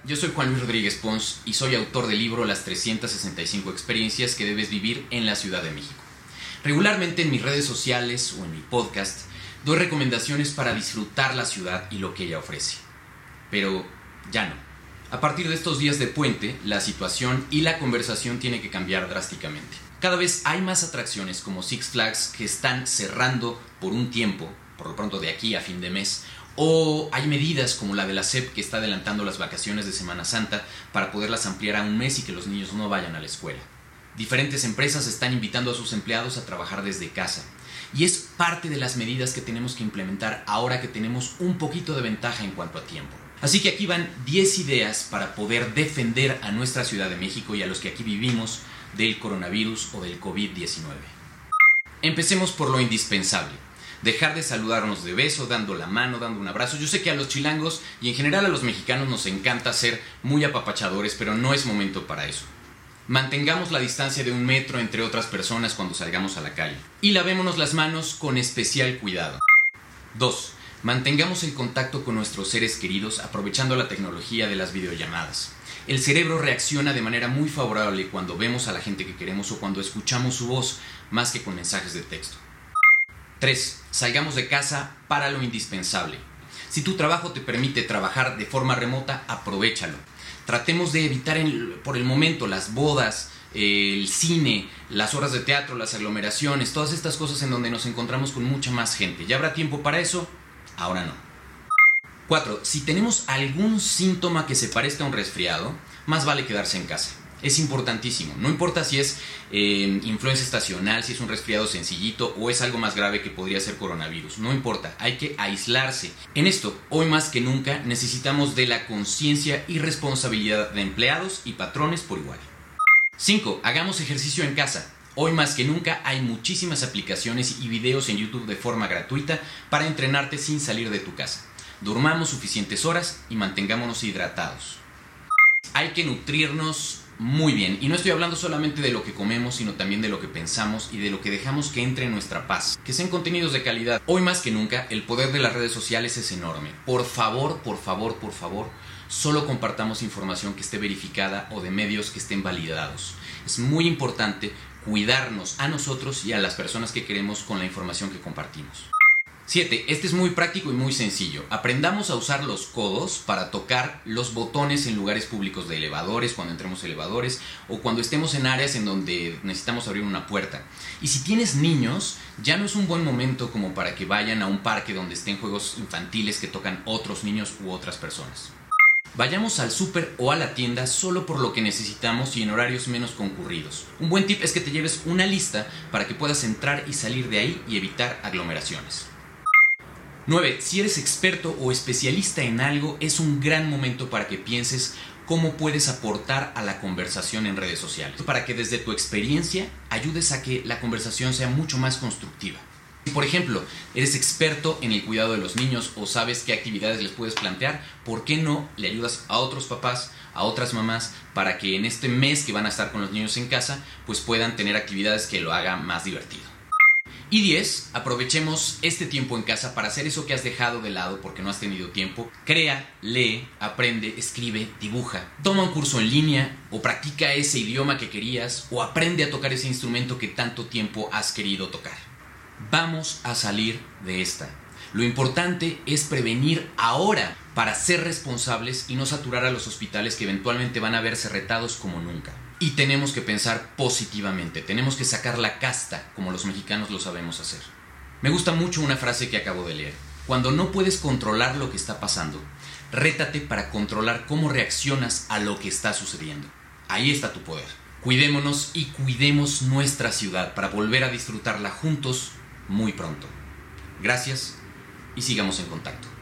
yo soy Juan Luis Rodríguez Pons y soy autor del libro Las 365 experiencias que debes vivir en la Ciudad de México. Regularmente en mis redes sociales o en mi podcast doy recomendaciones para disfrutar la ciudad y lo que ella ofrece. Pero ya no. A partir de estos días de puente, la situación y la conversación tiene que cambiar drásticamente. Cada vez hay más atracciones como Six Flags que están cerrando por un tiempo, por lo pronto de aquí a fin de mes, o hay medidas como la de la SEP que está adelantando las vacaciones de Semana Santa para poderlas ampliar a un mes y que los niños no vayan a la escuela. Diferentes empresas están invitando a sus empleados a trabajar desde casa. Y es parte de las medidas que tenemos que implementar ahora que tenemos un poquito de ventaja en cuanto a tiempo. Así que aquí van 10 ideas para poder defender a nuestra Ciudad de México y a los que aquí vivimos del coronavirus o del COVID-19. Empecemos por lo indispensable. Dejar de saludarnos de beso, dando la mano, dando un abrazo. Yo sé que a los chilangos y en general a los mexicanos nos encanta ser muy apapachadores, pero no es momento para eso. Mantengamos la distancia de 1 metro entre otras personas cuando salgamos a la calle. Y lavémonos las manos con especial cuidado. 2. Mantengamos el contacto con nuestros seres queridos aprovechando la tecnología de las videollamadas. El cerebro reacciona de manera muy favorable cuando vemos a la gente que queremos o cuando escuchamos su voz, más que con mensajes de texto. 3. Salgamos de casa para lo indispensable. Si tu trabajo te permite trabajar de forma remota, aprovéchalo. Tratemos de evitar por el momento las bodas, el cine, las horas de teatro, las aglomeraciones, todas estas cosas en donde nos encontramos con mucha más gente. ¿Ya habrá tiempo para eso? Ahora no. 4. Si tenemos algún síntoma que se parezca a un resfriado, más vale quedarse en casa. Es importantísimo. No importa si es influenza estacional, si es un resfriado sencillito o es algo más grave que podría ser coronavirus. No importa, hay que aislarse. En esto, hoy más que nunca, necesitamos de la conciencia y responsabilidad de empleados y patrones por igual. 5. Hagamos ejercicio en casa. Hoy más que nunca hay muchísimas aplicaciones y videos en YouTube de forma gratuita para entrenarte sin salir de tu casa. Durmamos suficientes horas y mantengámonos hidratados. Hay que nutrirnos muy bien, y no estoy hablando solamente de lo que comemos, sino también de lo que pensamos y de lo que dejamos que entre en nuestra paz, que sean contenidos de calidad. Hoy más que nunca, el poder de las redes sociales es enorme. Por favor, solo compartamos información que esté verificada o de medios que estén validados. Es muy importante cuidarnos a nosotros y a las personas que queremos con la información que compartimos. 7. Este es muy práctico y muy sencillo. Aprendamos a usar los codos para tocar los botones en lugares públicos de elevadores, cuando entremos a elevadores o cuando estemos en áreas en donde necesitamos abrir una puerta. Y si tienes niños, ya no es un buen momento como para que vayan a un parque donde estén juegos infantiles que tocan otros niños u otras personas. Vayamos al súper o a la tienda solo por lo que necesitamos y en horarios menos concurridos. Un buen tip es que te lleves una lista para que puedas entrar y salir de ahí y evitar aglomeraciones. 9. Si eres experto o especialista en algo, es un gran momento para que pienses cómo puedes aportar a la conversación en redes sociales, para que desde tu experiencia ayudes a que la conversación sea mucho más constructiva. Si, por ejemplo, eres experto en el cuidado de los niños o sabes qué actividades les puedes plantear, ¿por qué no le ayudas a otros papás, a otras mamás, para que en este mes que van a estar con los niños en casa, pues puedan tener actividades que lo hagan más divertido? Y 10. Aprovechemos este tiempo en casa para hacer eso que has dejado de lado porque no has tenido tiempo. Crea, lee, aprende, escribe, dibuja. Toma un curso en línea o practica ese idioma que querías o aprende a tocar ese instrumento que tanto tiempo has querido tocar. Vamos a salir de esta. Lo importante es prevenir ahora para ser responsables y no saturar a los hospitales que eventualmente van a verse retados como nunca. Y tenemos que pensar positivamente, tenemos que sacar la casta como los mexicanos lo sabemos hacer. Me gusta mucho una frase que acabo de leer. Cuando no puedes controlar lo que está pasando, rétate para controlar cómo reaccionas a lo que está sucediendo. Ahí está tu poder. Cuidémonos y cuidemos nuestra ciudad para volver a disfrutarla juntos muy pronto. Gracias y sigamos en contacto.